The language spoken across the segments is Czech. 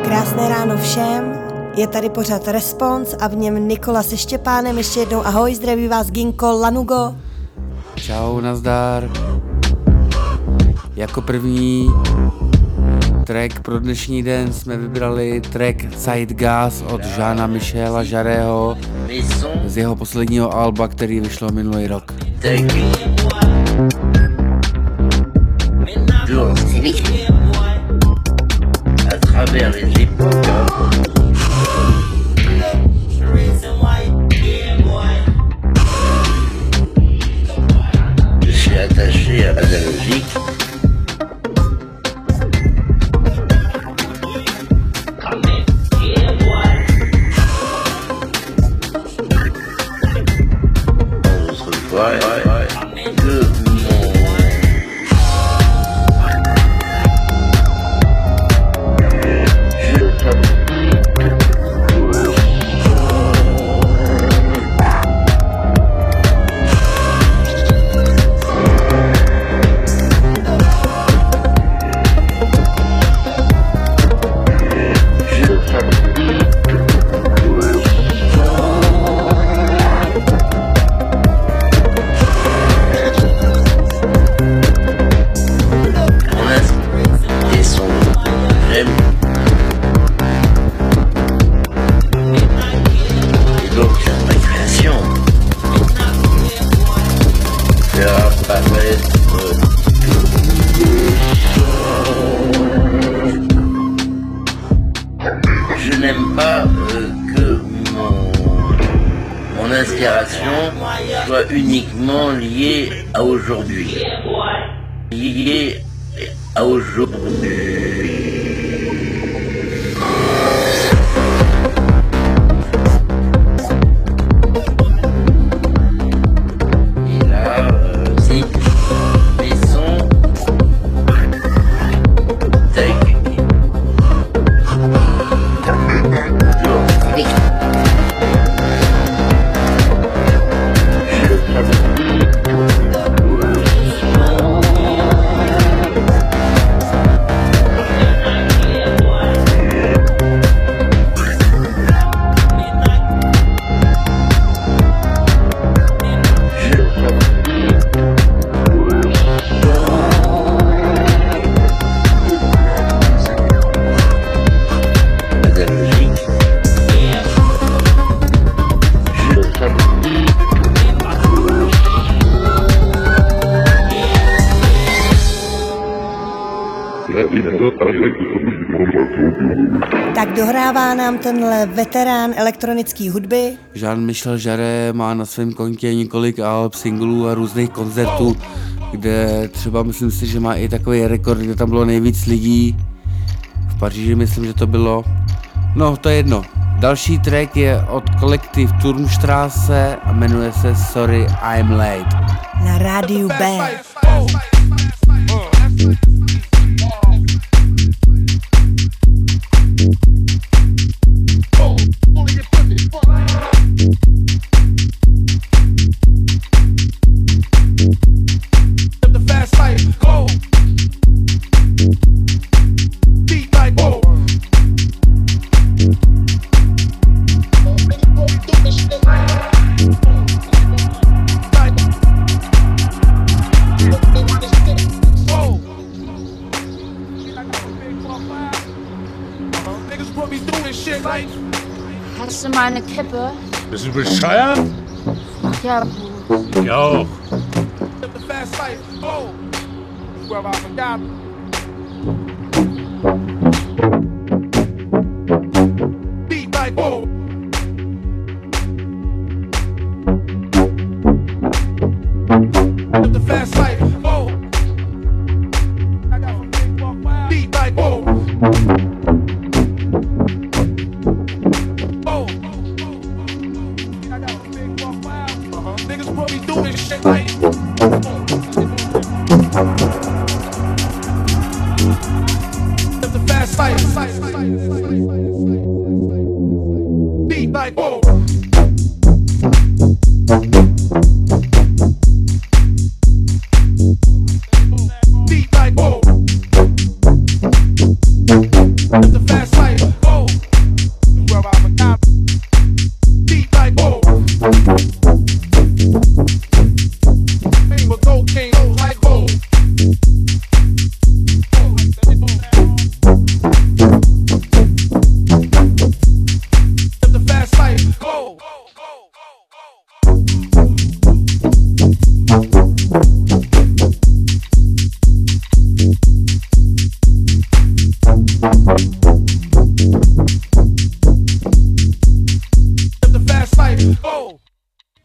Krásné ráno všem, je tady pořad Response a v něm Nikola se Štěpánem. Ještě jednou ahoj, zdraví vás Ginko, Lanugo. Čau, nazdar. Jako první track pro dnešní den jsme vybrali track Zeitgas od Jeana-Michela Jarreho z jeho posledního alba, který vyšlo minulý rok. À travers les époques. Je suis attaché à la logique. Autrefois, je n'aime pas que mon inspiration soit uniquement liée à aujourd'hui. Liée à aujourd'hui. Tak dohrává nám tenhle veterán elektronické hudby. Jean-Michel Jarre má na svém kontě několik alb, singlů a různých koncertů, kde třeba myslím si, že má i takový rekord, kde tam bylo nejvíc lidí. V Paříži myslím, že to bylo. No, to je jedno. Další track je od kolektiv Turmstrasse a jmenuje se Sorry I'm Late. Na rádiu B. Hast du mal eine Kippe? Bist du bescheuert? Ja. Ich auch. The fast life.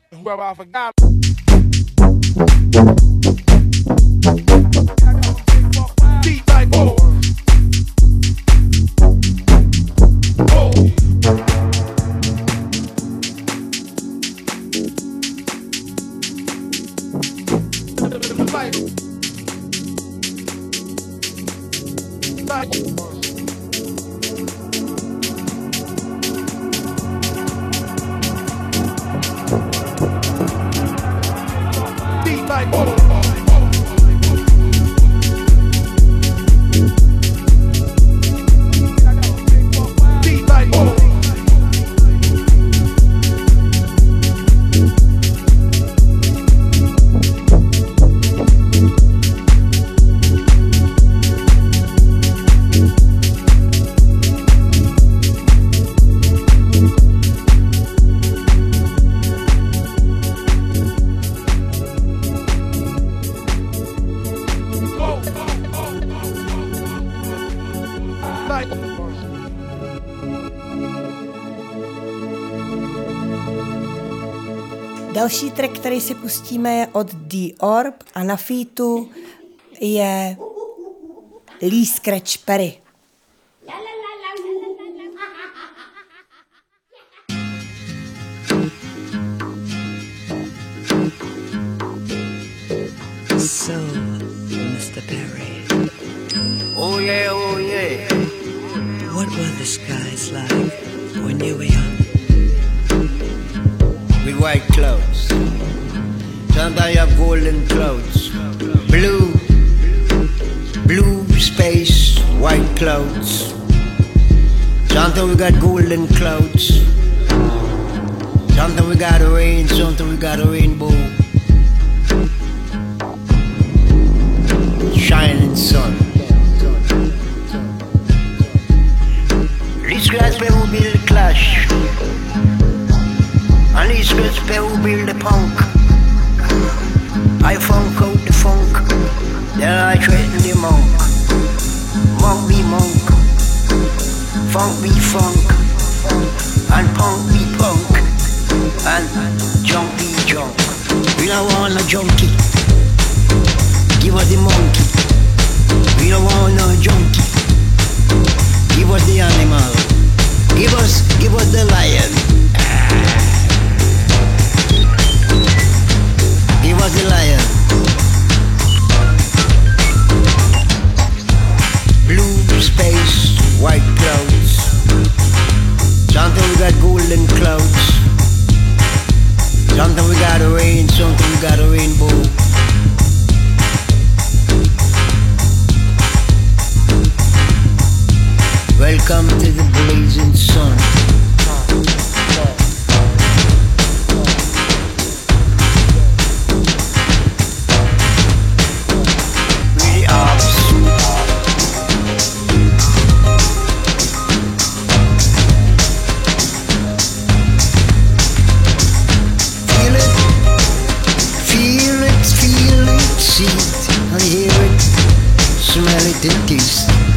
Další track, který si pustíme, je od The Orb a na featu je Lee Scratch Perry. So, Mr. Perry. Oh yeah, oh yeah. What were the skies like when you were young? With white clouds. Sometimes you have golden clouds. Blue space, white clouds. Sometimes we got golden clouds. Sometimes we got rain, sometimes we got a rainbow. Shining sun. This glass where we build the clash. And this glass where we build the punk. I funk out the funk. Then I threaten the monk. Monk be monk. Funk be funk. And punk be punk. And junk be junk. We don't want no junkie. Give us the monkey. We don't want no junkie. Give us the animal. Give us the lion. Give us the lion. Blue space, white clouds. Sometimes we got golden clouds. Sometimes we got a rain, sometimes we got a rainbow. Welcome to the blazing sun. We are feel it, see it, and hear it, smell it and taste it.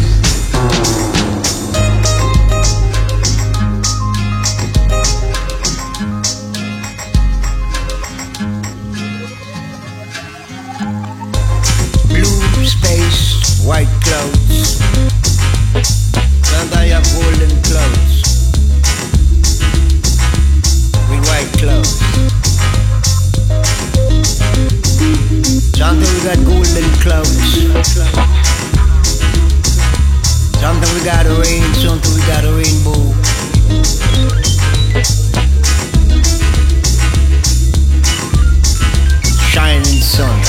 White clouds, and I have golden clouds. With white clouds. Sometimes we got golden clouds. Sometimes we got a rain, sometimes we got a rainbow. Shining sun.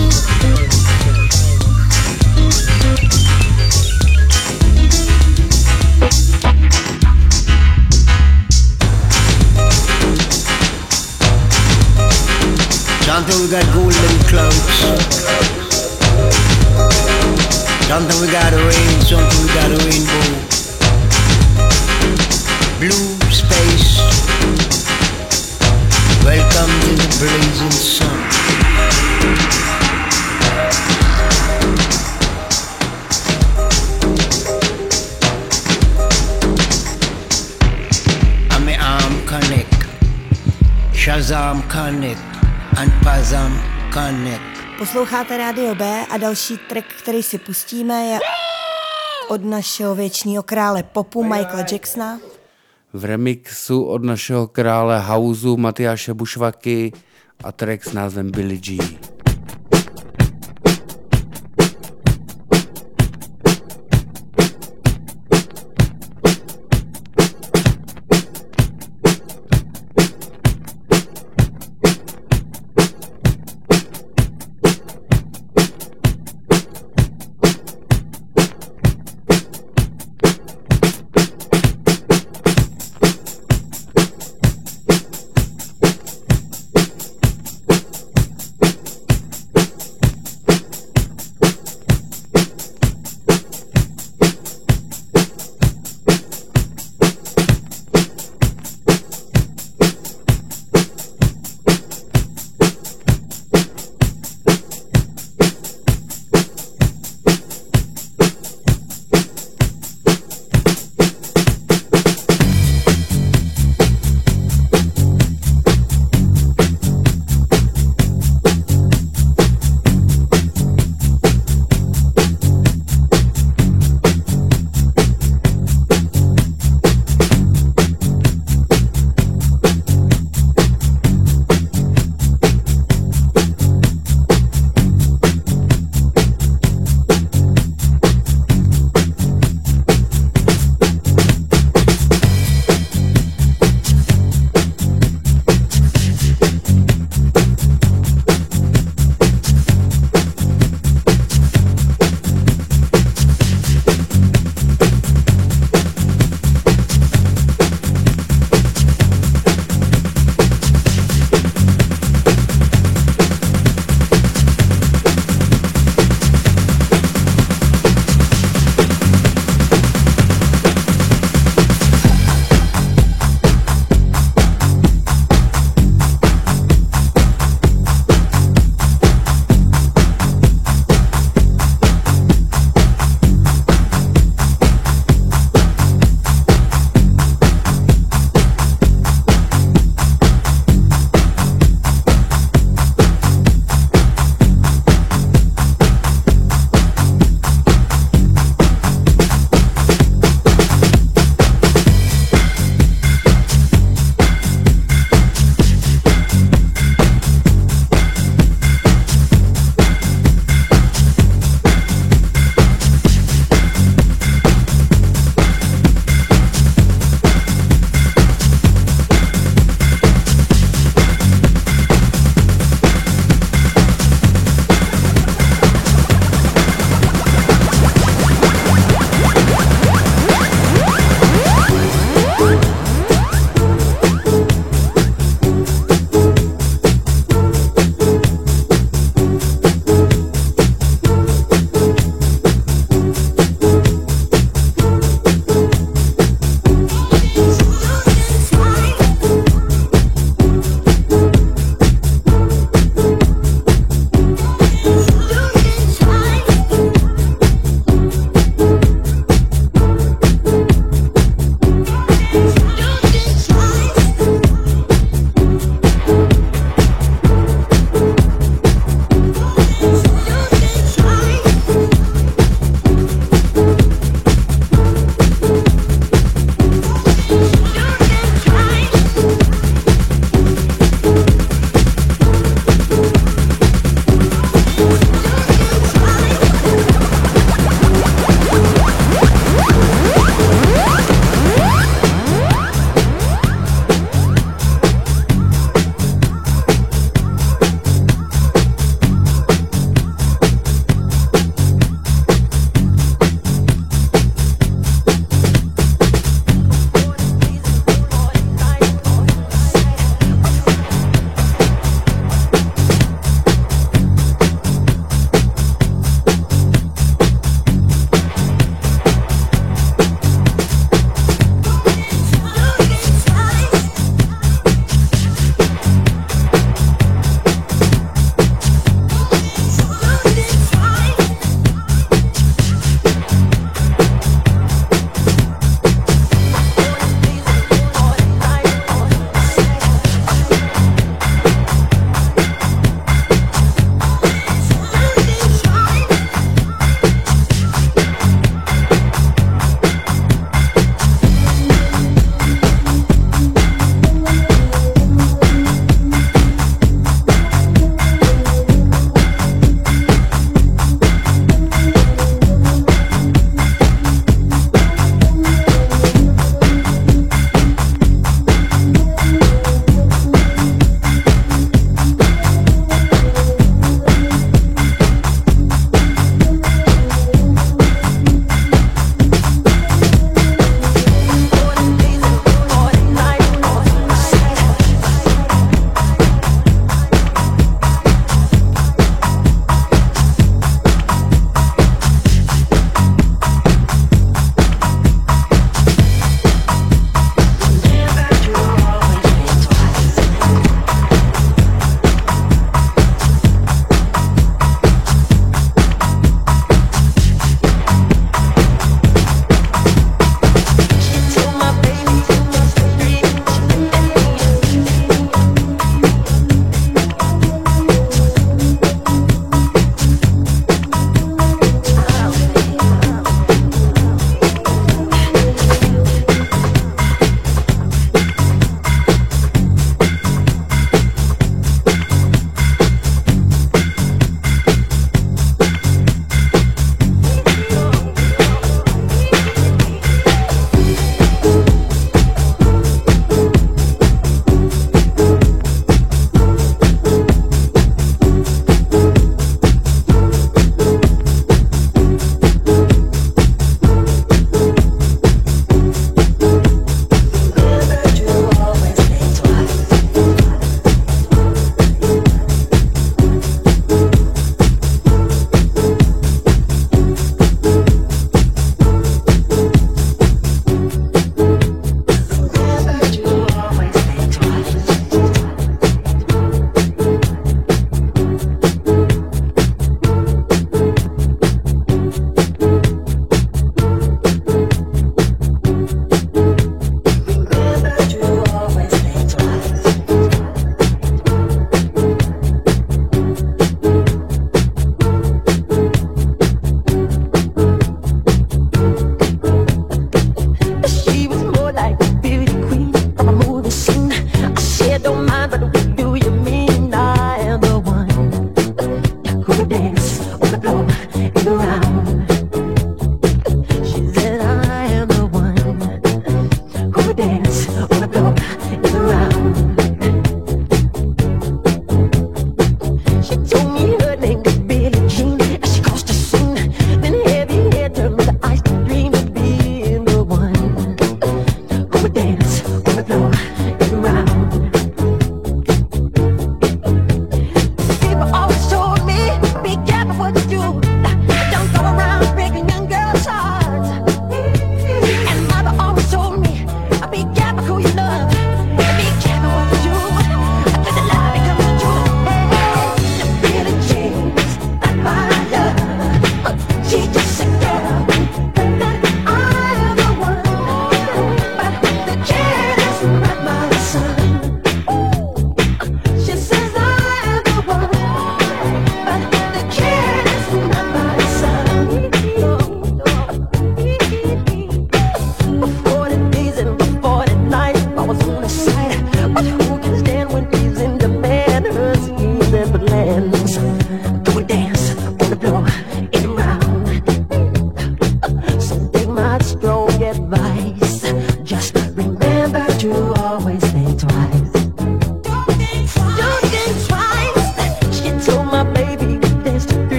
Sometimes we got golden clouds. Sometimes we got a rain, sometimes we got a rainbow. Blue space. Welcome to the blazing sun. And my arm connect. Shazam Connect and Pazam Connect. Posloucháte Rádio B a další track, který si pustíme, je od našeho věčného krále popu Michaela Jacksona. V remixu od našeho krále houseu Matyáše Bušvaky a track s názvem Billie G.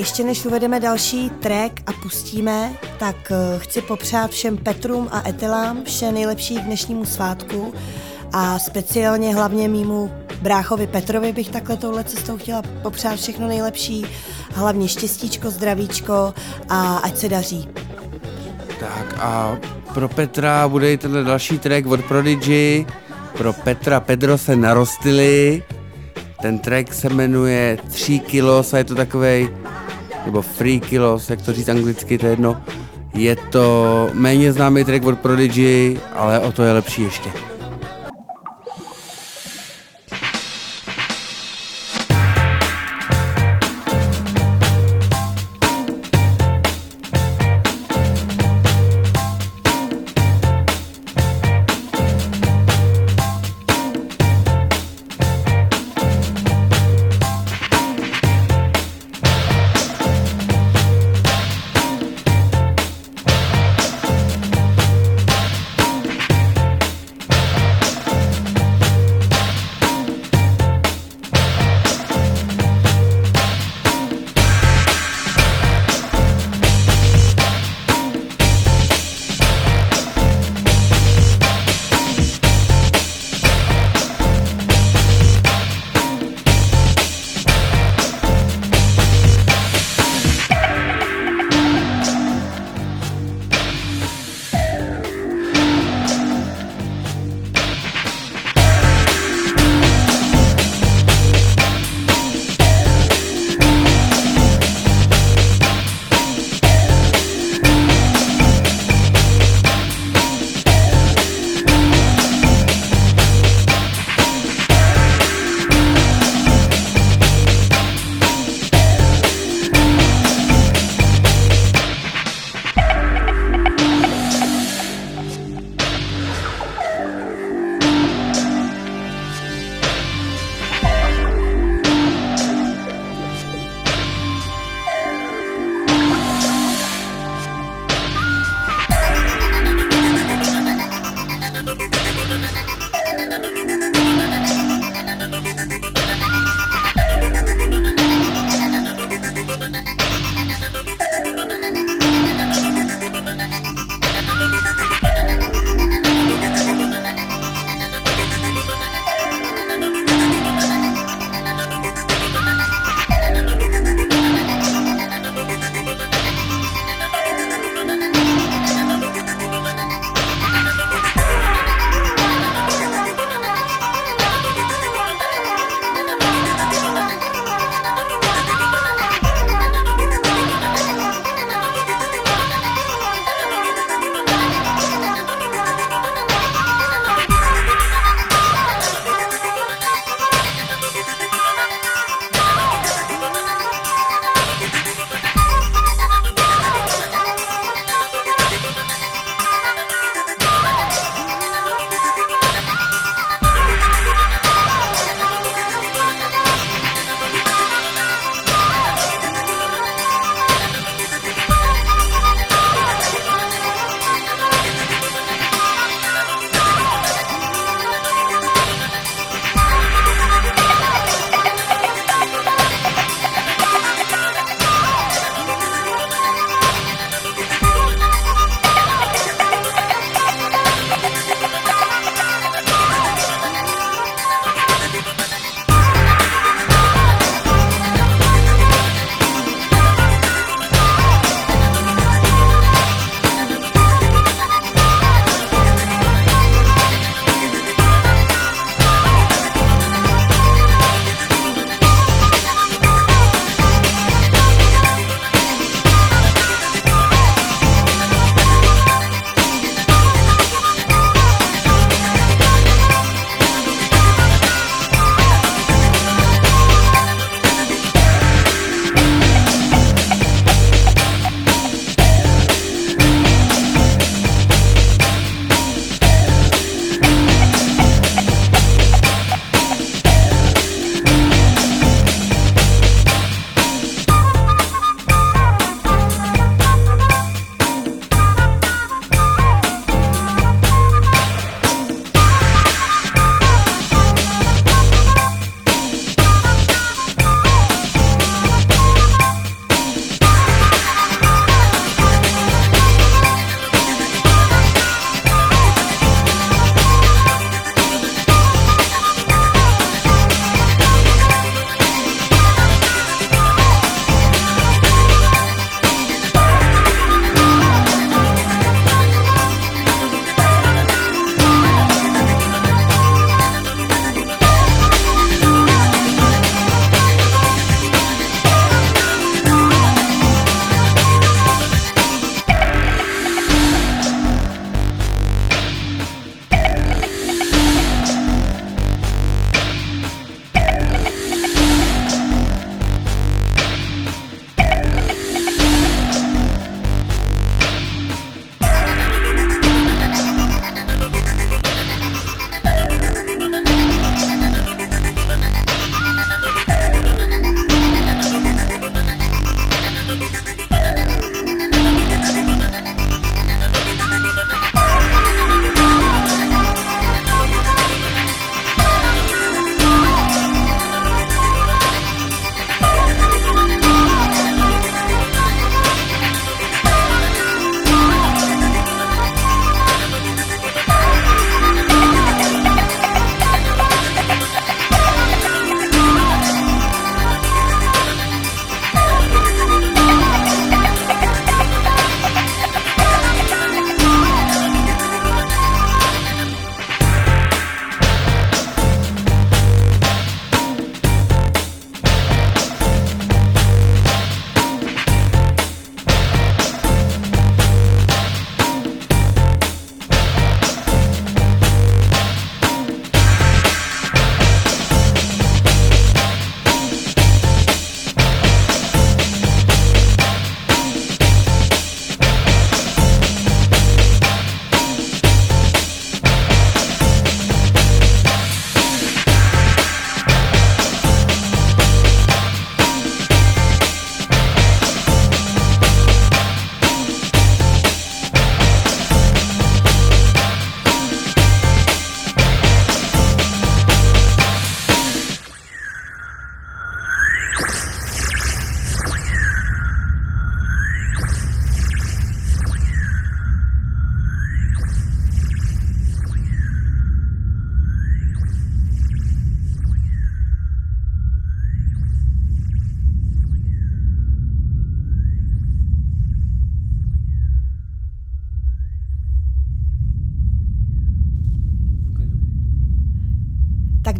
ještě než uvedeme další track a pustíme, tak chci popřát všem Petrům a Etelám vše nejlepší k dnešnímu svátku a speciálně hlavně mýmu bráchovi Petrovi bych takhle touhle cestou chtěla popřát všechno nejlepší, hlavně štěstíčko, zdravíčko a ať se daří. Tak a pro Petra bude i tenhle další track od Prodigy. Pro Petra Pedro se narostili. Ten track se jmenuje 3 kilos a je to takovej, nebo Free Kilos, jak to říct anglicky, to je jedno. Je to méně známý track od Prodigy, ale o to je lepší ještě.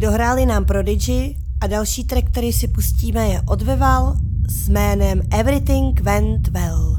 Dohráli nám Prodigy a další track, který si pustíme, je od Vival s jménem Everything Went Well.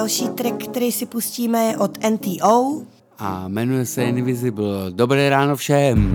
Další track, který si pustíme, je od NTO. A jmenuje se Invisible. Dobré ráno všem.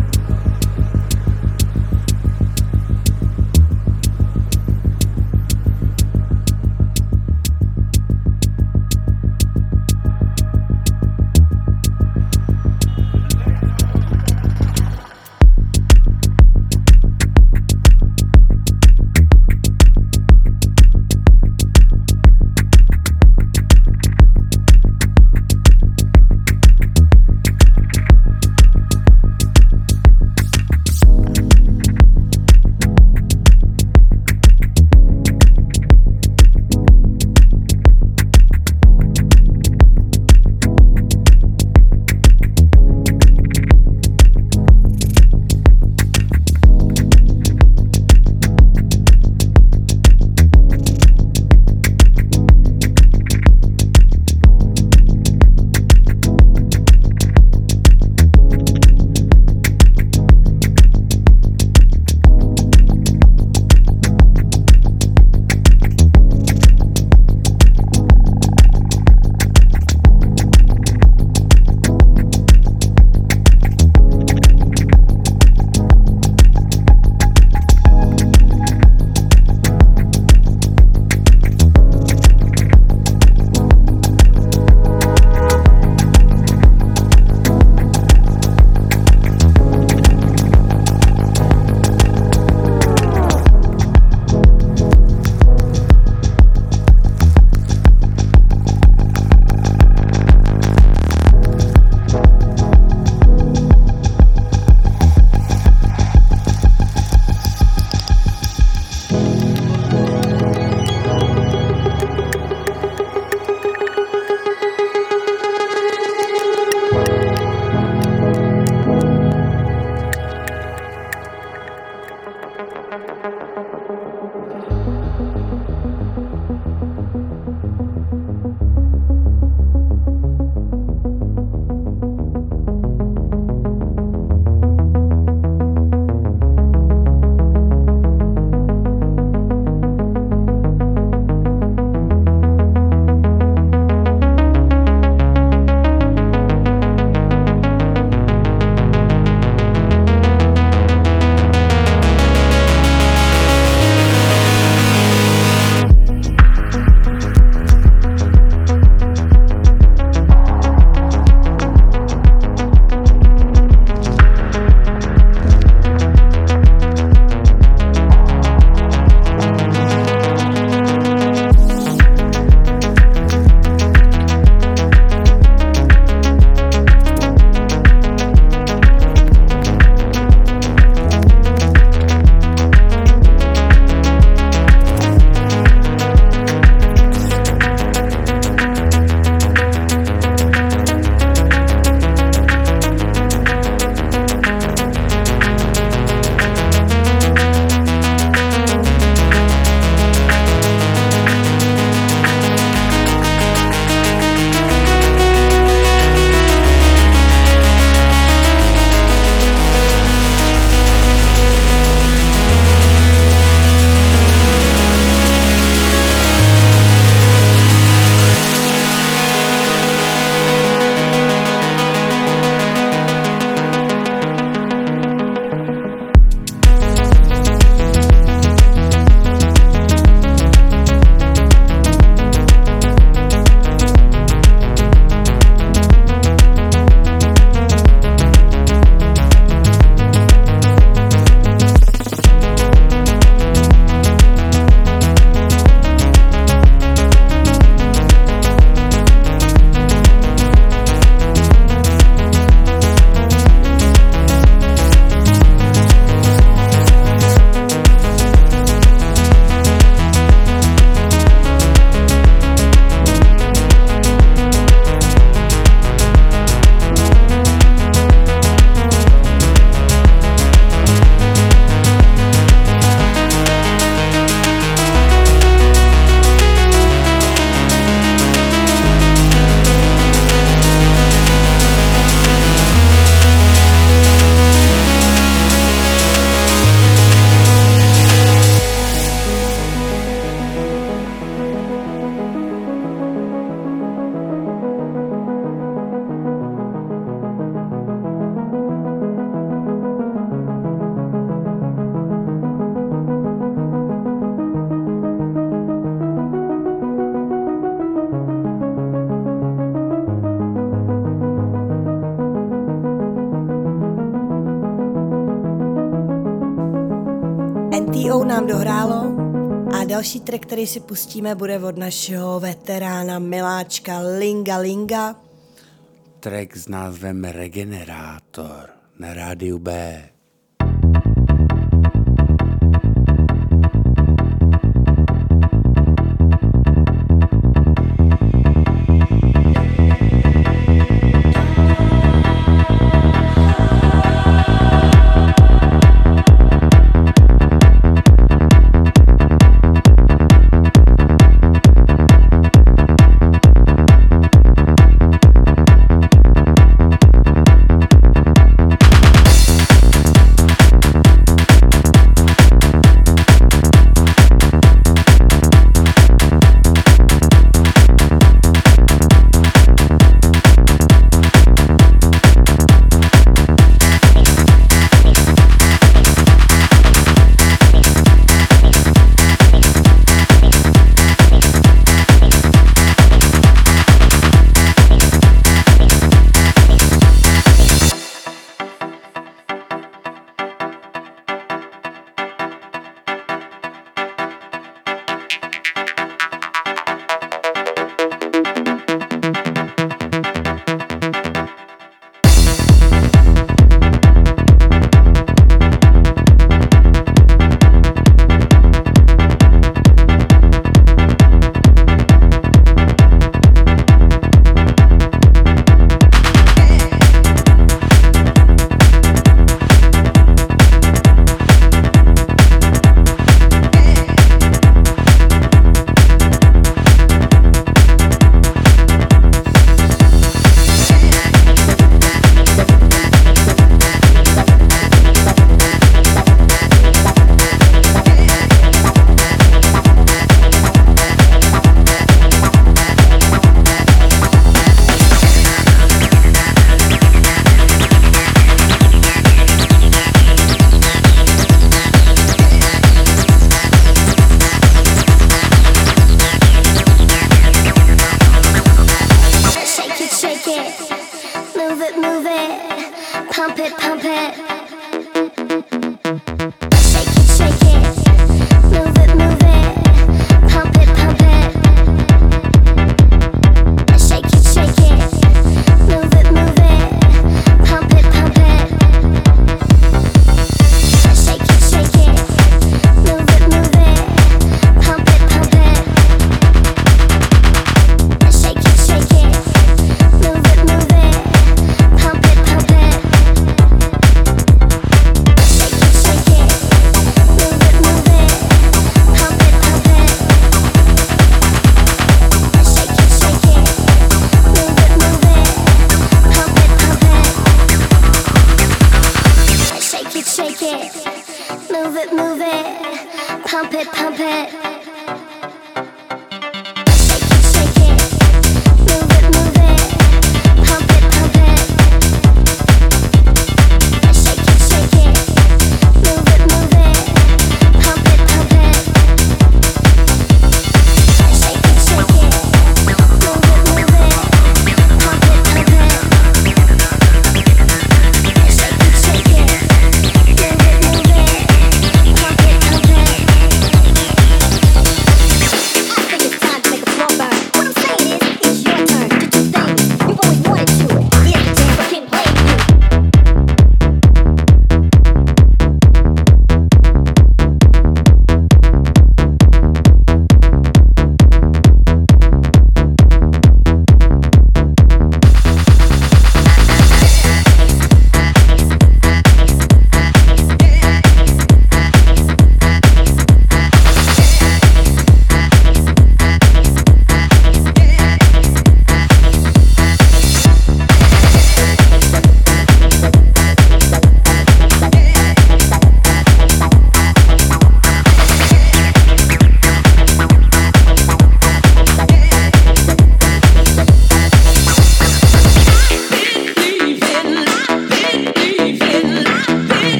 D.O. nám dohrálo a další track, který si pustíme, bude od našeho veterána miláčka Linga Linga. Track s názvem Regenerátor na rádiu B.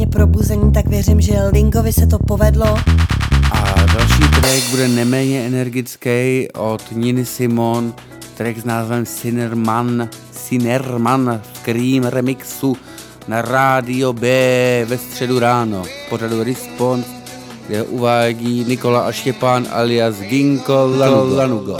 absolutně probuzení, tak věřím, že Lingovi se to povedlo. A další track bude neméně energický od Niny Simon, track s názvem Sinnerman v Cream remixu na Rádio B ve středu ráno. Pořadu Response, kde uvádí Nikola a Štěpán alias Ginko Lanugo.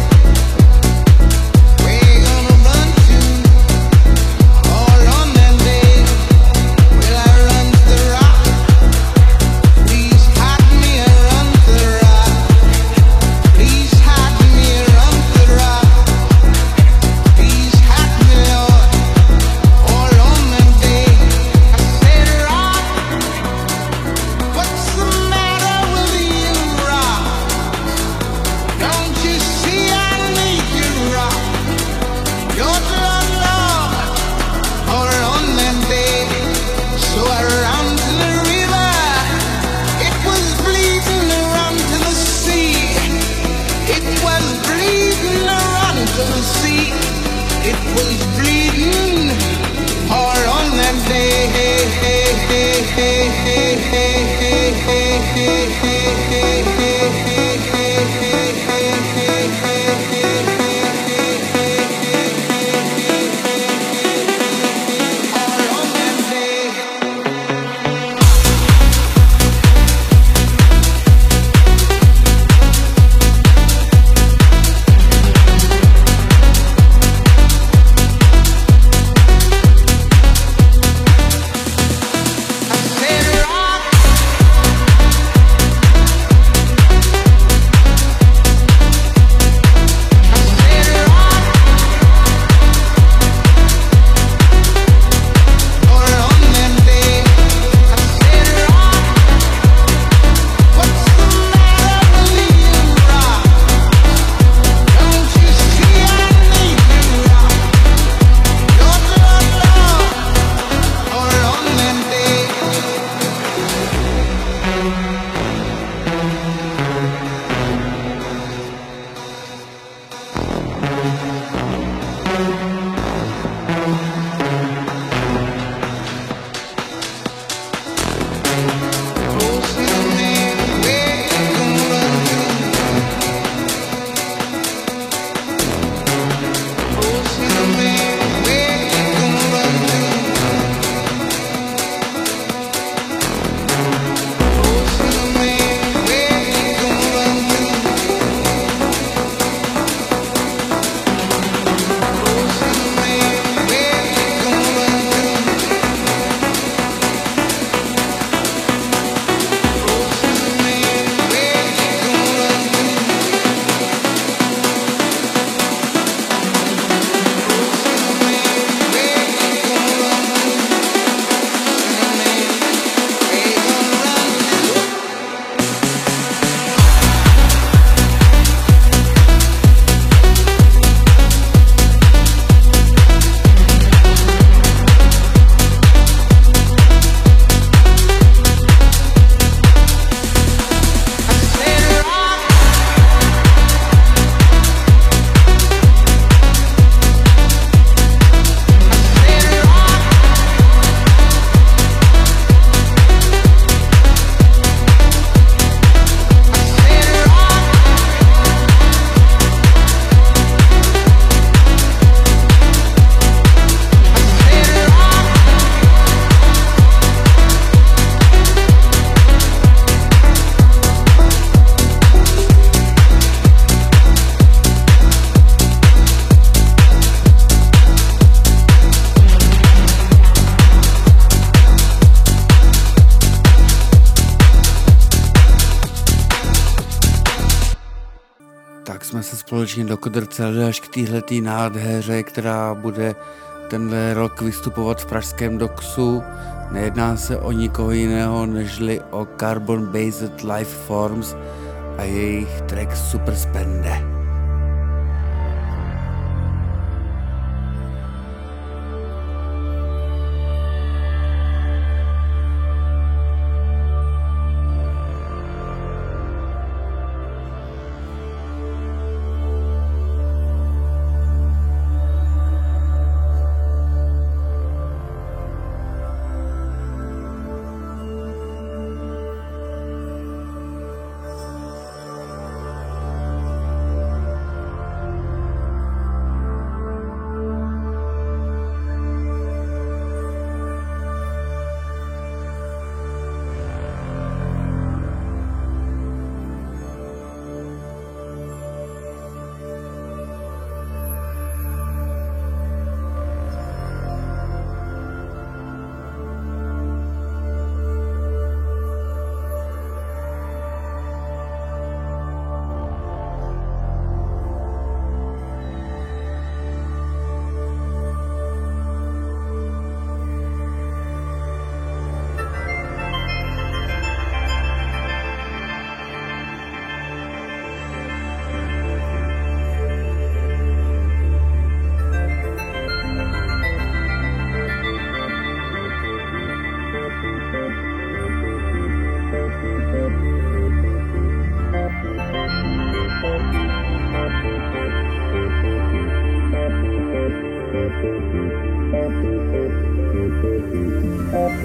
jsme se společně dokodrcali až k téhletý nádheře, která bude tenhle rok vystupovat v pražském Doxu. Nejedná se o nikoho jiného, nežli o Carbon Based Life Forms a jejich track Super Spende.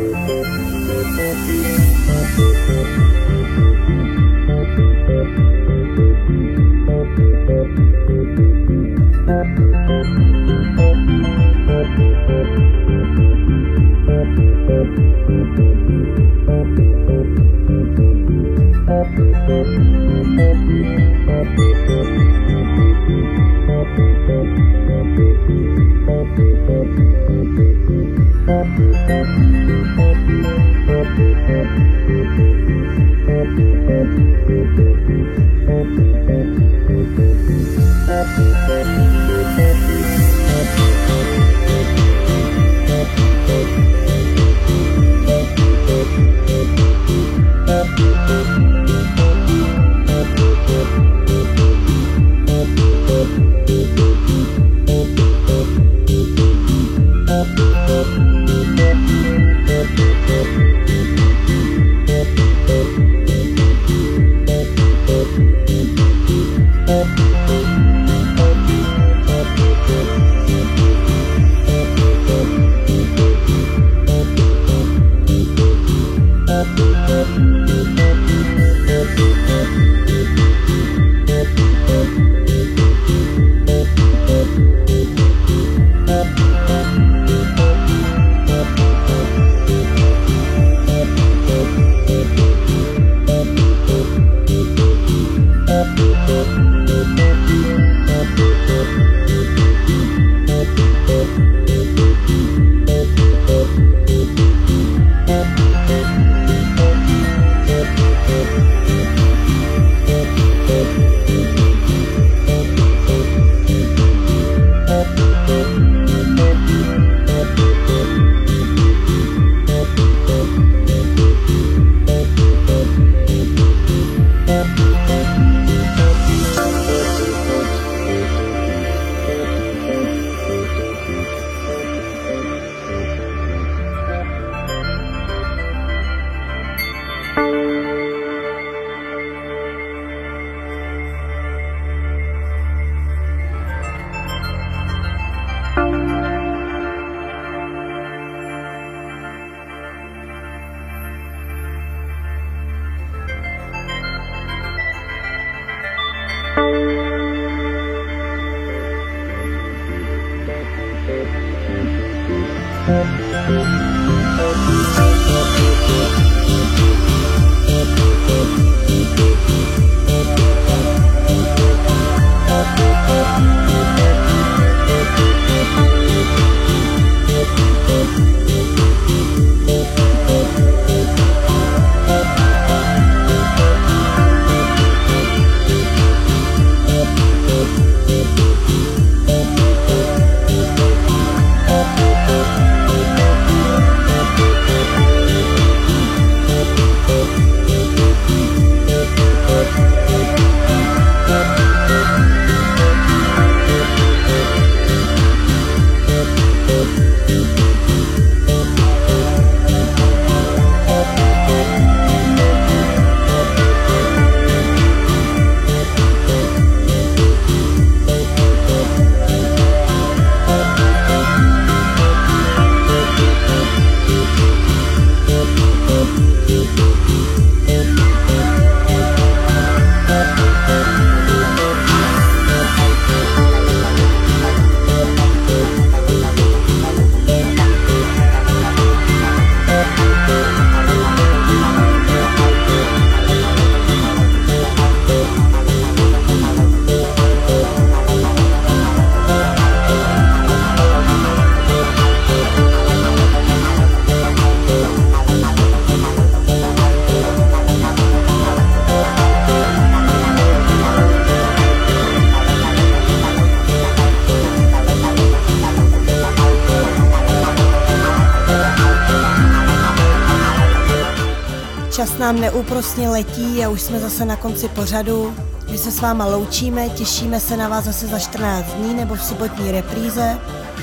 Čas nám neúprosně letí a už jsme zase na konci pořadu. My se s váma loučíme, těšíme se na vás zase za 14 dní nebo v sobotní repríze.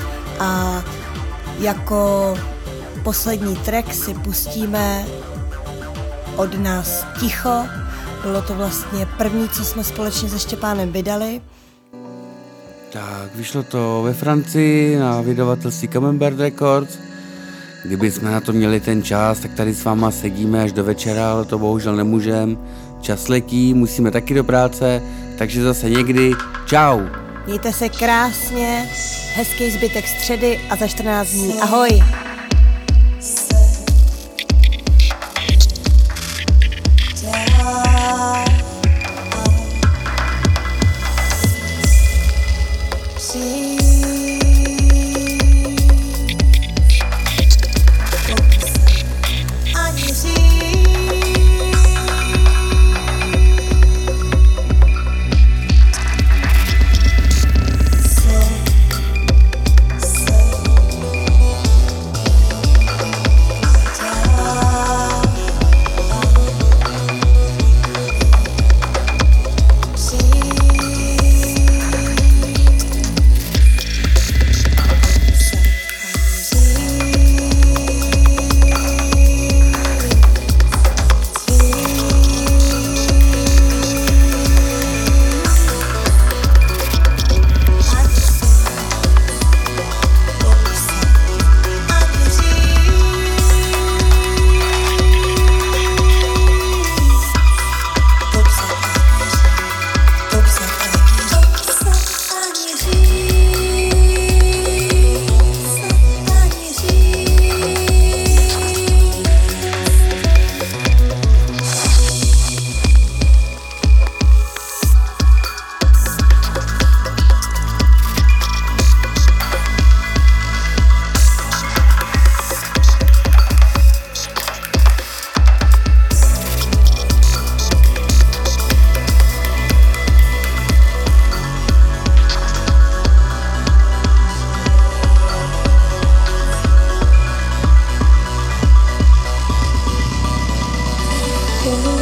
A jako poslední track si pustíme od nás Ticho. Bylo to vlastně první, co jsme společně se Štěpánem vydali. Tak, vyšlo to ve Francii na vydavatelství Camembert Records. Kdyby jsme na to měli ten čas, tak tady s váma sedíme až do večera, ale to bohužel nemůžem. Čas letí, musíme taky do práce, takže zase někdy. Čau! Mějte se krásně, hezký zbytek středy a za 14 dní. Ahoj! Oh